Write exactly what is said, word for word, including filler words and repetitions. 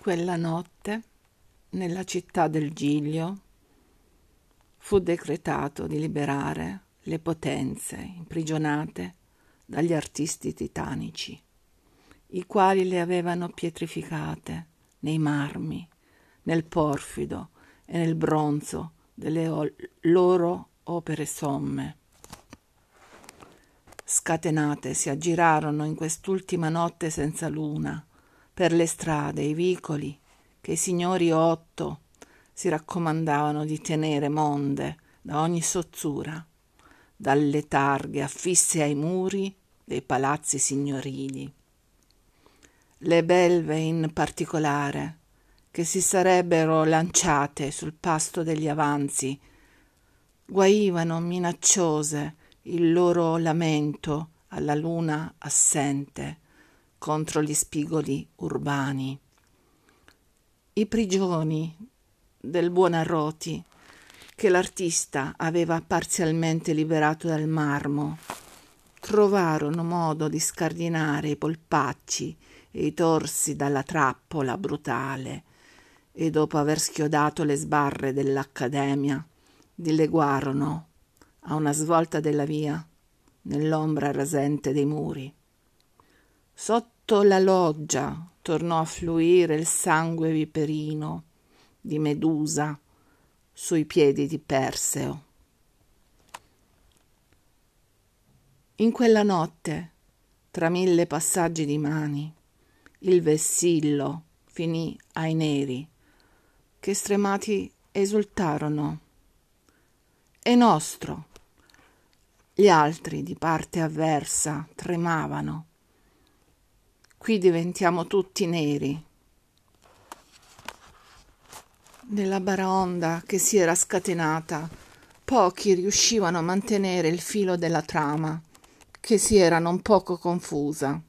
quella notte, nella città del Giglio, fu decretato di liberare le potenze imprigionate dagli artisti titanici, i quali le avevano pietrificate nei marmi, nel porfido e nel bronzo delle o- loro opere somme. Scatenate si aggirarono in quest'ultima notte senza luna per le strade e i vicoli che i signori Otto si raccomandavano di tenere monde da ogni sozzura, dalle targhe affisse ai muri dei palazzi signorili. Le belve in particolare, che si sarebbero lanciate sul pasto degli avanzi, guaivano minacciose il loro lamento alla luna assente contro gli spigoli urbani. I prigioni del Buonarroti, che l'artista aveva parzialmente liberato dal marmo, trovarono modo di scardinare i polpacci e i torsi dalla trappola brutale e, dopo aver schiodato le sbarre dell'Accademia, dileguarono a una svolta della via nell'ombra rasente dei muri. Sotto la loggia tornò a fluire il sangue viperino di Medusa sui piedi di Perseo. In quella notte, tra mille passaggi di mani, il vessillo finì ai neri, che stremati esultarono. «È nostro!» Gli altri, di parte avversa, tremavano. «Qui diventiamo tutti neri». Nella baraonda che si era scatenata, pochi riuscivano a mantenere il filo della trama, che si era non poco confusa.